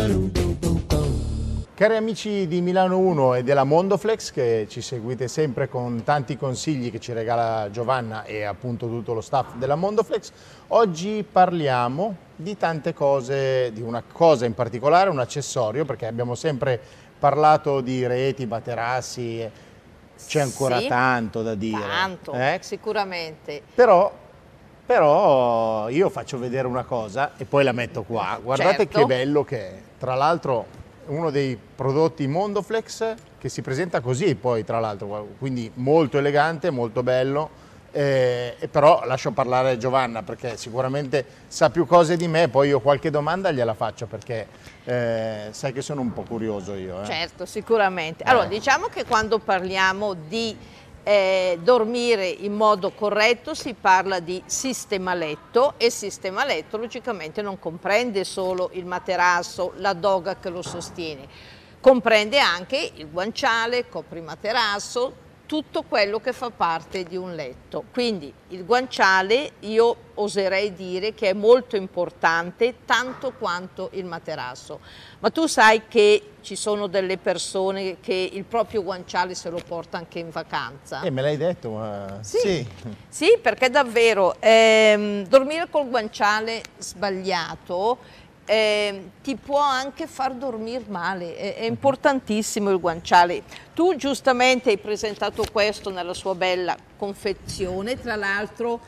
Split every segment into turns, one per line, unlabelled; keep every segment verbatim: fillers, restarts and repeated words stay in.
Cari amici di Milano uno e della Mondoflex, che ci seguite sempre con tanti consigli che ci regala Giovanna e appunto tutto lo staff della Mondoflex, oggi parliamo di tante cose, di una cosa in particolare, un accessorio, perché abbiamo sempre parlato di reti, materassi, c'è ancora
sì,
tanto da dire.
Tanto,
eh?
sicuramente.
Però, però io faccio vedere una cosa e poi la metto qua. Guardate
Certo.
che bello che è. Tra l'altro uno dei prodotti Mondoflex che si presenta così poi, tra l'altro, quindi molto elegante, molto bello, eh, e però lascio parlare Giovanna perché sicuramente sa più cose di me, poi io qualche domanda gliela faccio perché eh, sai che sono un po' curioso io. Eh.
Certo, sicuramente. Allora,
Eh.
diciamo che quando parliamo di eh, dormire in modo corretto si parla di sistema letto, e sistema letto logicamente non comprende solo il materasso, la doga che lo sostiene, comprende anche il guanciale, coprimaterasso, tutto quello che fa parte di un letto. Quindi il guanciale io oserei dire che è molto importante, tanto quanto il materasso. Ma tu sai che ci sono delle persone che il proprio guanciale se lo porta anche in vacanza?
Eh, me l'hai detto, ma
Sì,
sì.
sì, perché davvero ehm, dormire col guanciale sbagliato eh, ti può anche far dormire male, è, è importantissimo il guanciale. Tu giustamente hai presentato questo nella sua bella confezione, tra l'altro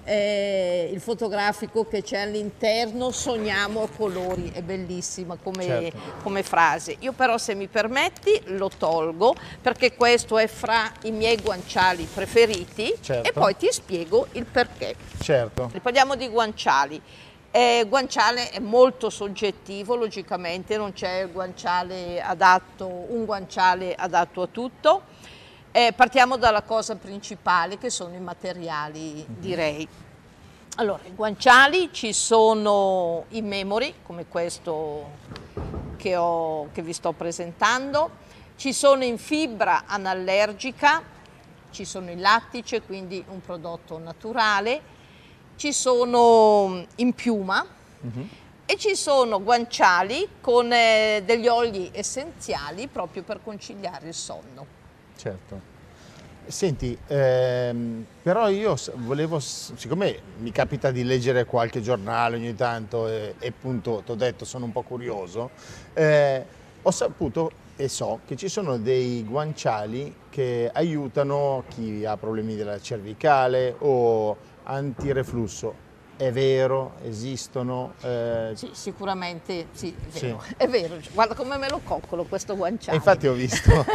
eh, il fotografico che c'è all'interno, sogniamo a colori, è bellissima come,
Certo.
come frase. Io però, se mi permetti, lo tolgo perché questo è fra i miei guanciali preferiti.
Certo.
E poi ti spiego il perché.
Certo.
Parliamo di guanciali. Eh, guanciale è molto soggettivo, logicamente non c'è guanciale adatto, un guanciale adatto a tutto. Eh, partiamo dalla cosa principale che sono i materiali, direi. Allora, i guanciali ci sono in memory, come questo che, ho, che vi sto presentando, ci sono in fibra anallergica, ci sono in lattice, quindi un prodotto naturale, ci sono in piuma uh-huh. e ci sono guanciali con eh, degli oli essenziali proprio per conciliare il sonno.
Certo. Senti, ehm, però io volevo, siccome mi capita di leggere qualche giornale ogni tanto e, e appunto ti ho detto sono un po' curioso, eh, ho saputo e so che ci sono dei guanciali che aiutano chi ha problemi della cervicale o antireflusso. È vero? Esistono? Eh...
Sì, sicuramente sì, è vero.
Sì.
È vero. Guarda come me lo coccolo questo guanciale.
E infatti ho visto.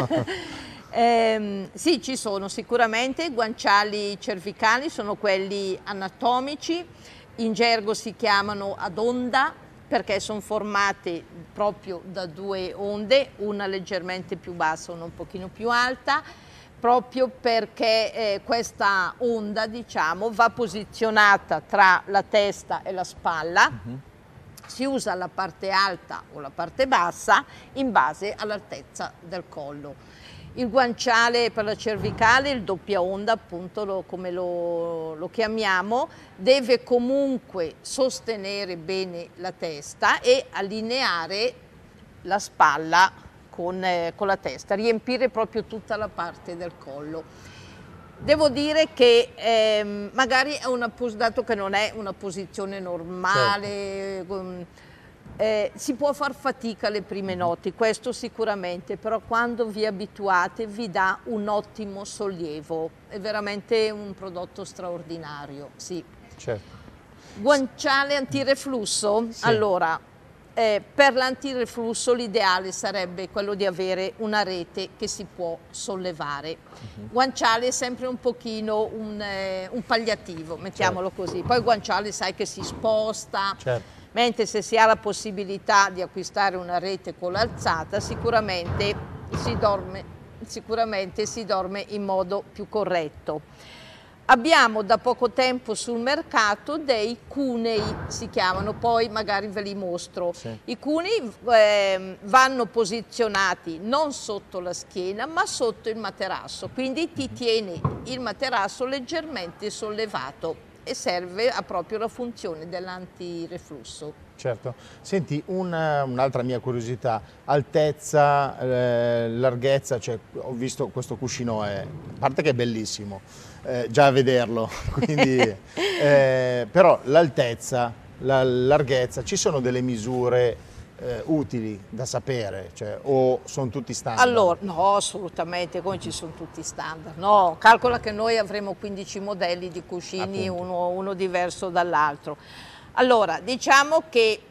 eh, sì, ci sono sicuramente. I guanciali cervicali sono quelli anatomici, in gergo si chiamano ad onda perché sono formate proprio da due onde, una leggermente più bassa, una un pochino più alta, proprio perché eh, questa onda, diciamo, va posizionata tra la testa e la spalla. Uh-huh. Si usa la parte alta o la parte bassa in base all'altezza del collo. Il guanciale per la cervicale, il doppia onda, appunto, lo, come lo, lo chiamiamo, deve comunque sostenere bene la testa e allineare la spalla Con, eh, con la testa, riempire proprio tutta la parte del collo. Devo dire che ehm, magari è una, dato che non è una posizione normale, certo. eh, si può far fatica le prime notti, questo sicuramente, però quando vi abituate vi dà un ottimo sollievo, è veramente un prodotto straordinario, sì.
Certo.
Guanciale antireflusso? Sì. Allora, Eh, per l'antireflusso l'ideale sarebbe quello di avere una rete che si può sollevare. Uh-huh. Guanciale è sempre un pochino un, eh, un palliativo, mettiamolo certo. così. Poi il guanciale sai che si sposta, certo. mentre se si ha la possibilità di acquistare una rete con l'alzata sicuramente si dorme, sicuramente si dorme in modo più corretto. Abbiamo da poco tempo sul mercato dei cunei, si chiamano, poi magari ve li mostro. Sì. I cunei eh, vanno posizionati non sotto la schiena ma sotto il materasso, quindi ti tiene il materasso leggermente sollevato e serve a proprio la funzione dell'antireflusso.
Certo. Senti, un'altra mia curiosità, altezza, eh, larghezza, cioè ho visto questo cuscino, è, a parte che è bellissimo, eh, già a vederlo, quindi, eh, però l'altezza, la larghezza, ci sono delle misure eh, utili da sapere, cioè, o sono tutti standard?
Allora, no, assolutamente, come ci sono tutti standard, no, calcola che noi avremo quindici modelli di cuscini, uno, uno diverso dall'altro. Allora, diciamo che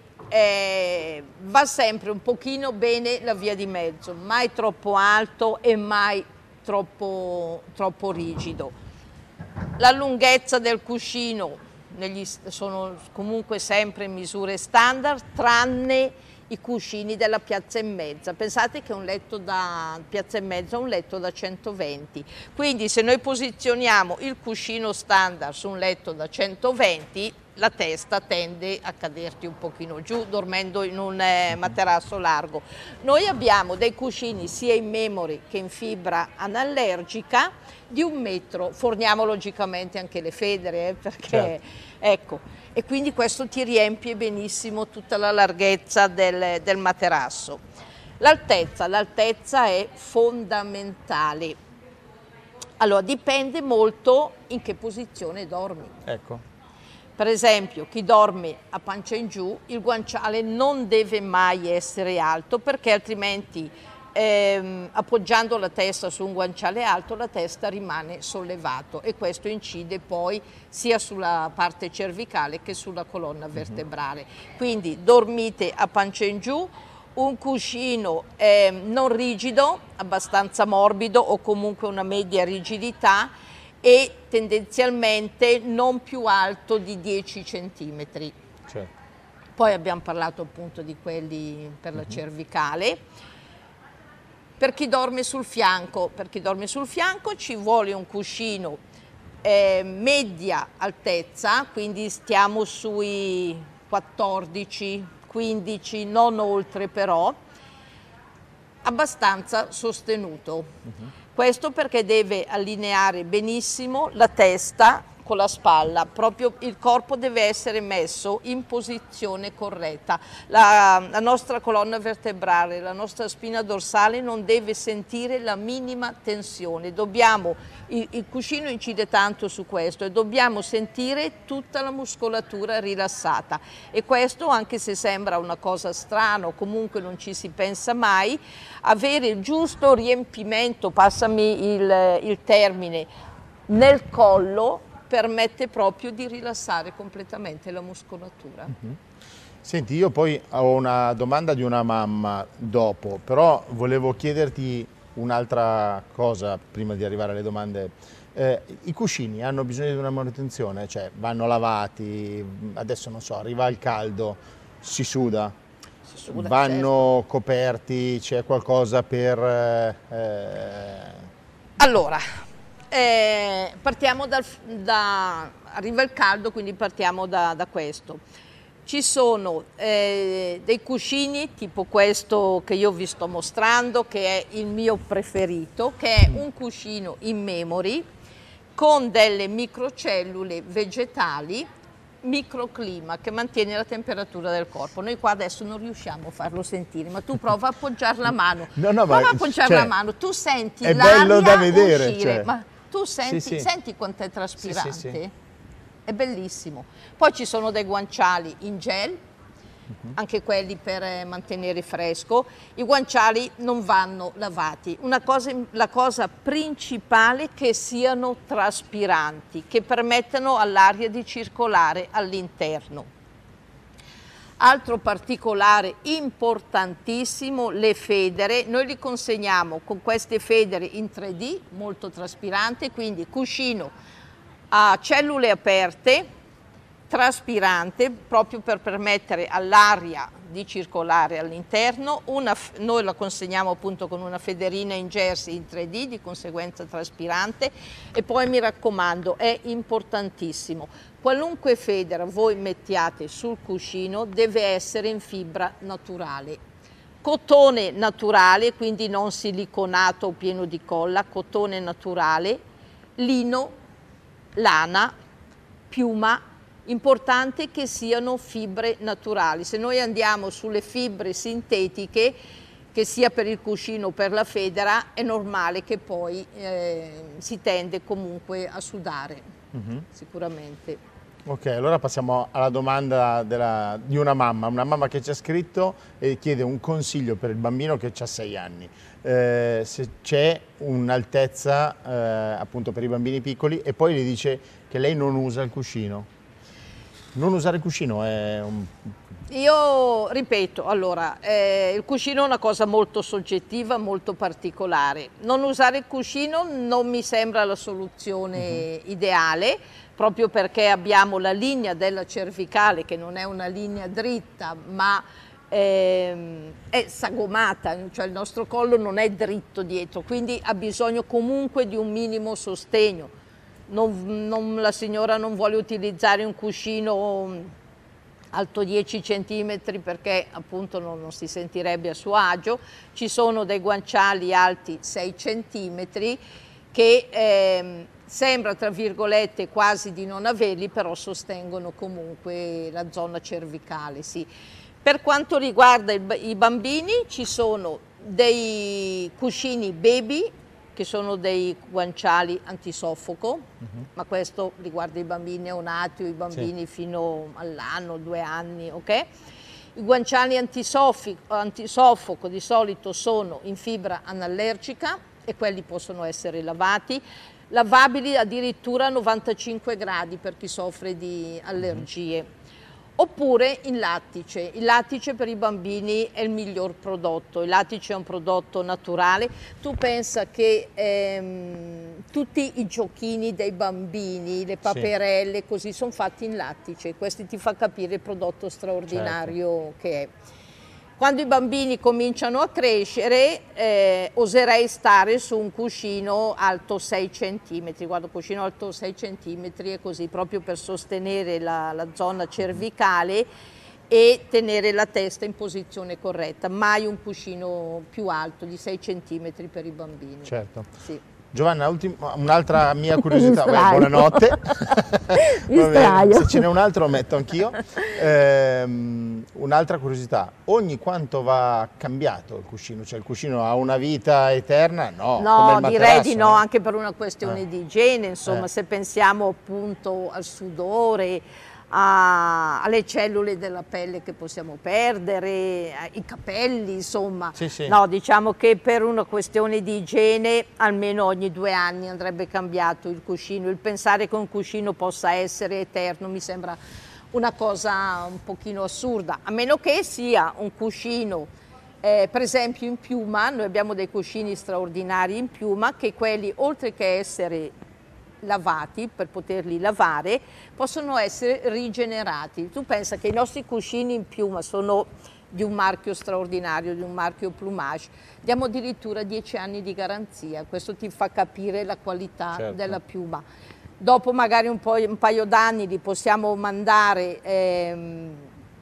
eh, va sempre un pochino bene la via di mezzo, mai troppo alto e mai troppo, troppo rigido. La lunghezza del cuscino negli, sono comunque sempre misure standard, tranne i cuscini della piazza e mezza. Pensate che un letto da piazza e mezza è un letto da centoventi, quindi se noi posizioniamo il cuscino standard su un letto da centoventi, la testa tende a caderti un pochino giù dormendo in un eh, materasso largo. Noi abbiamo dei cuscini sia in memory che in fibra anallergica di un metro, forniamo logicamente anche le federe, eh, perché certo. Ecco, e quindi questo ti riempie benissimo tutta la larghezza del, del materasso. L'altezza, l'altezza è fondamentale. Allora, dipende molto in che posizione dormi.
Ecco.
Per esempio, chi dorme a pancia in giù, il guanciale non deve mai essere alto, perché altrimenti ehm, appoggiando la testa su un guanciale alto la testa rimane sollevato e questo incide poi sia sulla parte cervicale che sulla colonna vertebrale. Mm-hmm. Quindi dormite a pancia in giù, un cuscino eh, non rigido, abbastanza morbido o comunque una media rigidità, e tendenzialmente non più alto di dieci centimetri.
Certo.
Poi abbiamo parlato appunto di quelli per la uh-huh. cervicale. Per chi dorme sul fianco, per chi dorme sul fianco ci vuole un cuscino eh, media altezza, quindi stiamo sui quattordici quindici, non oltre però, abbastanza sostenuto. Uh-huh. Questo perché deve allineare benissimo la testa con la spalla, proprio il corpo deve essere messo in posizione corretta. La, la nostra colonna vertebrale, la nostra spina dorsale non deve sentire la minima tensione. Dobbiamo, il, il cuscino incide tanto su questo e dobbiamo sentire tutta la muscolatura rilassata. E questo, anche se sembra una cosa strana o comunque non ci si pensa mai, avere il giusto riempimento, passami il, il termine, nel collo, permette proprio di rilassare completamente la muscolatura. Uh-huh.
Senti, io poi ho una domanda di una mamma dopo, però volevo chiederti un'altra cosa prima di arrivare alle domande. Eh, I cuscini hanno bisogno di una manutenzione? Cioè vanno lavati, adesso non so, arriva il caldo, si suda,
si suda
vanno
certo.
coperti, c'è qualcosa per... Eh...
Allora, Eh, partiamo dal, da, arriva il caldo, quindi partiamo da, da questo. Ci sono eh, dei cuscini tipo questo che io vi sto mostrando, che è il mio preferito, che è un cuscino in memory con delle microcellule vegetali, microclima, che mantiene la temperatura del corpo. Noi qua adesso non riusciamo a farlo sentire, ma tu prova a appoggiare la mano,
no, no,
prova
ma,
a appoggiare
cioè,
la mano, tu senti
è bello da vedere,
uscire,
cioè.
ma tu senti,
sì, sì.
senti quanto è traspirante?
Sì, sì, sì.
È bellissimo. Poi ci sono dei guanciali in gel, uh-huh. anche quelli per eh, mantenere fresco. I guanciali non vanno lavati. Una cosa, la cosa principale è che siano traspiranti, che permettano all'aria di circolare all'interno. Altro particolare importantissimo, le federe. Noi li consegniamo con queste federe in tre D, molto traspirante, quindi cuscino a cellule aperte, traspirante, proprio per permettere all'aria di circolare all'interno. Noi la consegniamo appunto con una federina in jersey in tre D, di conseguenza traspirante. E poi mi raccomando, è importantissimo, qualunque federa voi mettiate sul cuscino deve essere in fibra naturale. Cotone naturale, quindi non siliconato o pieno di colla, cotone naturale, lino, lana, piuma importante che siano fibre naturali. Se noi andiamo sulle fibre sintetiche, che sia per il cuscino o per la federa, è normale che poi eh, si tende comunque a sudare, mm-hmm. sicuramente.
Ok, allora passiamo alla domanda della, di una mamma, una mamma che ci ha scritto e chiede un consiglio per il bambino che ha sei anni. Eh, se c'è un'altezza eh, appunto per i bambini piccoli, e poi le dice che lei non usa il cuscino. Non usare il cuscino è un...
Io ripeto, allora, eh, il cuscino è una cosa molto soggettiva, molto particolare. Non usare il cuscino non mi sembra la soluzione uh-huh. ideale, proprio perché abbiamo la linea della cervicale, che non è una linea dritta, ma ehm, è sagomata, cioè il nostro collo non è dritto dietro, quindi ha bisogno comunque di un minimo sostegno. Non, non, la signora non vuole utilizzare un cuscino alto dieci centimetri perché appunto non, non si sentirebbe a suo agio. Ci sono dei guanciali alti sei centimetri che eh, sembra tra virgolette quasi di non averli, però sostengono comunque la zona cervicale. Sì. Per quanto riguarda il, i bambini, ci sono dei cuscini baby, che sono dei guanciali antisoffoco, uh-huh. ma questo riguarda i bambini neonati o i bambini sì. fino all'anno, due anni, ok? I guanciali antisoffoco di solito sono in fibra anallergica e quelli possono essere lavati, lavabili addirittura a novantacinque gradi per chi soffre di allergie. Uh-huh. Oppure in lattice. Il lattice per i bambini è il miglior prodotto, il lattice è un prodotto naturale. Tu pensa che ehm, tutti i giochini dei bambini, le paperelle, sì. così, sono fatti in lattice, questo ti fa capire il prodotto straordinario certo. che è. Quando i bambini cominciano a crescere, eh, oserei stare su un cuscino alto sei centimetri, guarda, un cuscino alto sei centimetri è così, proprio per sostenere la, la zona cervicale e tenere la testa in posizione corretta, mai un cuscino più alto di sei centimetri per i bambini.
Certo.
Sì.
Giovanna, un'altra mia curiosità, Beh, buonanotte, Vabbè, se ce n'è un altro lo metto anch'io. Ehm, un'altra curiosità, ogni quanto va cambiato il cuscino? Cioè il cuscino ha una vita eterna? No,
no direi di no, no, anche per una questione eh. di igiene, insomma, eh. se pensiamo appunto al sudore, A, alle cellule della pelle che possiamo perdere, ai capelli, insomma.
Sì, sì.
No, diciamo che per una questione di igiene almeno ogni due anni andrebbe cambiato il cuscino. Il pensare che un cuscino possa essere eterno mi sembra una cosa un pochino assurda, a meno che sia un cuscino eh, per esempio in piuma. Noi abbiamo dei cuscini straordinari in piuma che quelli, oltre che essere lavati per poterli lavare, possono essere rigenerati. Tu pensa che i nostri cuscini in piuma sono di un marchio straordinario, di un marchio Plumage, diamo addirittura dieci anni di garanzia, questo ti fa capire la qualità certo. della piuma. Dopo magari un, po', un paio d'anni li possiamo mandare ehm,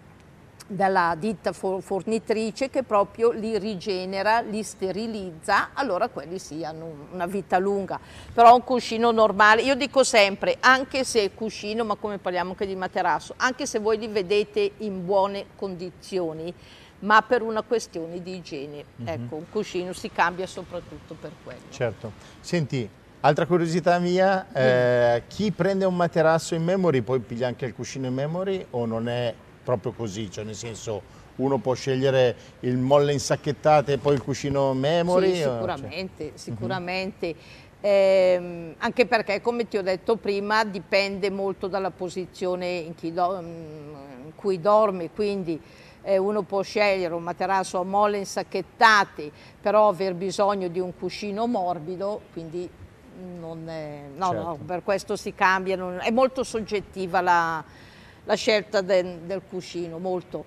dalla ditta fornitrice che proprio li rigenera, li sterilizza, allora quelli sì hanno una vita lunga. Però un cuscino normale, io dico sempre, anche se è cuscino, ma come parliamo anche di materasso, anche se voi li vedete in buone condizioni, ma per una questione di igiene, mm-hmm. ecco, un cuscino si cambia soprattutto per quello.
Certo. Senti, altra curiosità mia, eh, mm. chi prende un materasso in memory poi piglia anche il cuscino in memory o non è proprio così, cioè nel senso uno può scegliere il molle insacchettate e poi il cuscino memory?
Sì, sicuramente, cioè. sicuramente. Uh-huh. eh, anche perché, come ti ho detto prima, dipende molto dalla posizione in, chi do, in cui dormi, quindi eh, uno può scegliere un materasso a molle insacchettate, però aver bisogno di un cuscino morbido, quindi non è, no, certo. no, per questo si cambia, non, è molto soggettiva la la scelta del, del cuscino, molto.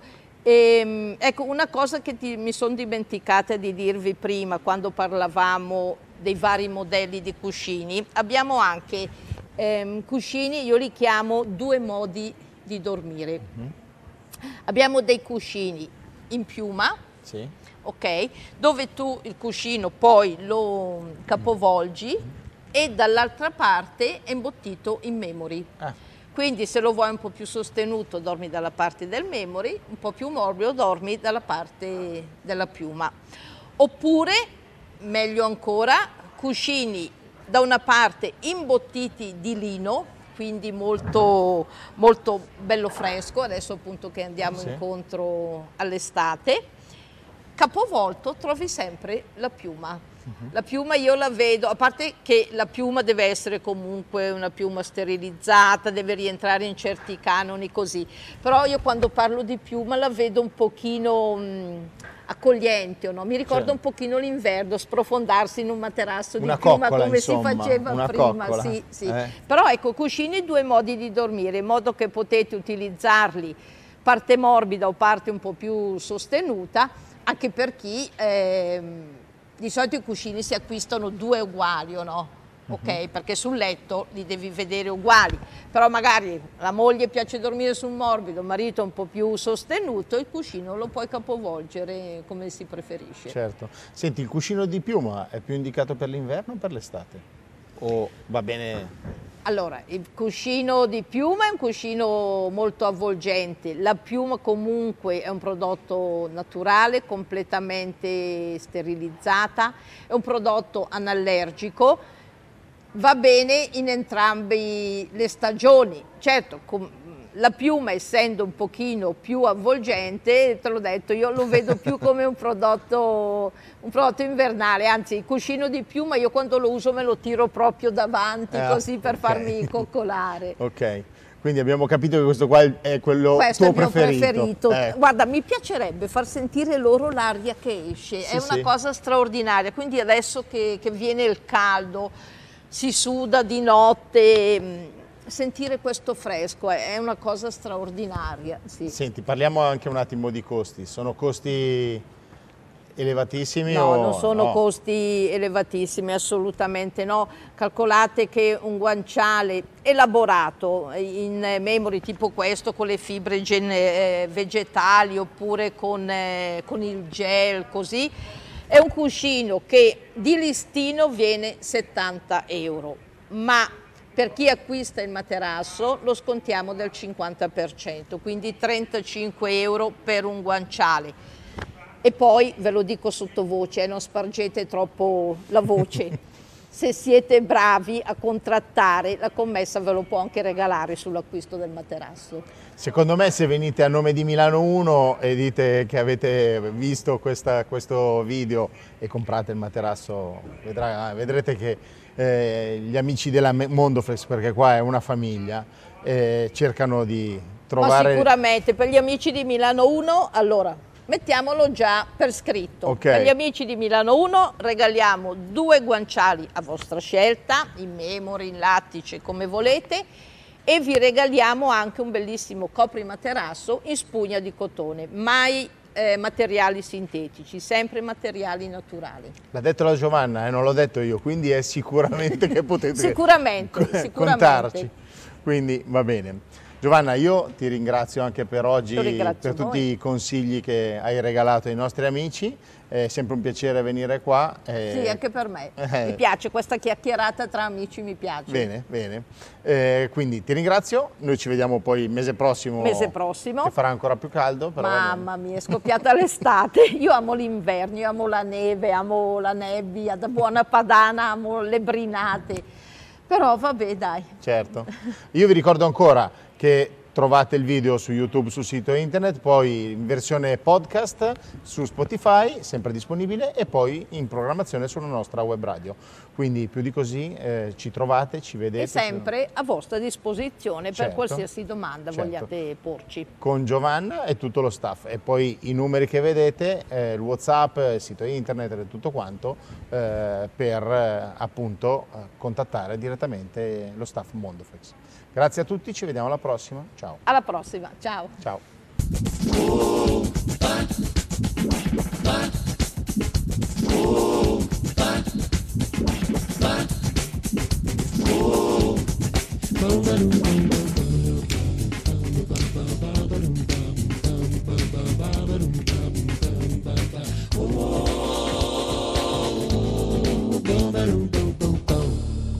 E, ecco, una cosa che ti, mi sono dimenticata di dirvi prima, quando parlavamo dei vari modelli di cuscini, abbiamo anche ehm, cuscini, io li chiamo due modi di dormire. Mm-hmm. Abbiamo dei cuscini in piuma,
sì.
ok, dove tu il cuscino poi lo capovolgi mm-hmm. e dall'altra parte è imbottito in memory. Ah. Quindi se lo vuoi un po' più sostenuto dormi dalla parte del memory, un po' più morbido dormi dalla parte della piuma. Oppure, meglio ancora, cuscini da una parte imbottiti di lino, quindi molto, molto bello fresco, adesso appunto che andiamo sì. incontro all'estate. Capovolto trovi sempre la piuma. La piuma io la vedo, a parte che la piuma deve essere comunque una piuma sterilizzata, deve rientrare in certi canoni così, però io quando parlo di piuma la vedo un pochino mh, accogliente, no? Mi ricorda cioè. un pochino l'inverno, sprofondarsi in un materasso di
una
piuma
coccola,
come
insomma,
si faceva
una
prima.
Coccola.
Sì, sì.
Eh.
Però ecco, cuscini due modi di dormire, in modo che potete utilizzarli parte morbida o parte un po' più sostenuta, anche per chi... Ehm, di solito i cuscini si acquistano due uguali o no? Ok, uh-huh. perché sul letto li devi vedere uguali, però magari la moglie piace dormire sul morbido, il marito un po' più sostenuto, il cuscino lo puoi capovolgere come si preferisce.
Certo. Senti, il cuscino di piuma è più indicato per l'inverno o per l'estate? O va bene...
Allora, il cuscino di piuma è un cuscino molto avvolgente, la piuma comunque è un prodotto naturale, completamente sterilizzata, è un prodotto anallergico, va bene in entrambe le stagioni. Certo, la piuma essendo un pochino più avvolgente, te l'ho detto, io lo vedo più come un prodotto, un prodotto invernale, anzi il cuscino di piuma io quando lo uso me lo tiro proprio davanti eh, così per okay. farmi coccolare.
Ok, quindi abbiamo capito che questo qua è quello
questo
tuo
è il mio
preferito.
preferito.
Eh.
Guarda, mi piacerebbe far sentire loro l'aria che esce, sì, è una sì. cosa straordinaria, quindi adesso che, che viene il caldo, si suda di notte, sentire questo fresco è una cosa straordinaria. Sì.
Senti, parliamo anche un attimo di costi. Sono costi elevatissimi?
No,
o...
non sono
no.
costi elevatissimi, assolutamente no. Calcolate che un guanciale elaborato in memory tipo questo, con le fibre vegetali oppure con, eh, con il gel, così, è un cuscino che di listino viene settanta euro, ma per chi acquista il materasso lo scontiamo del cinquanta per cento, quindi trentacinque euro per un guanciale. E poi ve lo dico sottovoce, eh, non spargete troppo la voce, se siete bravi a contrattare la commessa ve lo può anche regalare sull'acquisto del materasso.
Secondo me se venite a nome di Milano uno e dite che avete visto questa, questo video e comprate il materasso, vedrà, vedrete che eh, gli amici della Mondoflex, perché qua è una famiglia, eh, cercano di trovare...
Ma sicuramente, per gli amici di Milano uno, allora, mettiamolo già per scritto.
Okay.
Per gli amici di Milano uno regaliamo due guanciali a vostra scelta, in memory, in lattice, come volete, e vi regaliamo anche un bellissimo coprimaterasso in spugna di cotone, mai eh, materiali sintetici, sempre materiali naturali.
L'ha detto la Giovanna, eh, non l'ho detto io, quindi è sicuramente che potete
sicuramente, sicuramente.
contarci. Quindi va bene. Giovanna, io ti ringrazio anche per oggi, per tutti
voi.
i consigli che hai regalato ai nostri amici, è sempre un piacere venire qua.
Sì, anche per me, eh. mi piace, questa chiacchierata tra amici mi piace.
Bene, bene, eh, quindi ti ringrazio, noi ci vediamo poi il mese prossimo,
mese prossimo.
che farà ancora più caldo. Però
mamma mia, è scoppiata l'estate, io amo l'inverno, io amo la neve, amo la nebbia, da buona padana amo le brinate, però vabbè dai.
Certo, io vi ricordo ancora che trovate il video su YouTube, sul sito internet, poi in versione podcast su Spotify, sempre disponibile, e poi in programmazione sulla nostra web radio. Quindi più di così eh, ci trovate, ci vedete.
E sempre a vostra disposizione
certo,
per qualsiasi domanda
certo.
vogliate porci.
Con Giovanna e tutto lo staff. E poi i numeri che vedete, eh, il WhatsApp, il sito internet e tutto quanto, eh, per eh, appunto eh, contattare direttamente lo staff Mondoflex. Grazie a tutti, ci vediamo alla prossima. Ciao.
Alla prossima, ciao.
Ciao. Oh,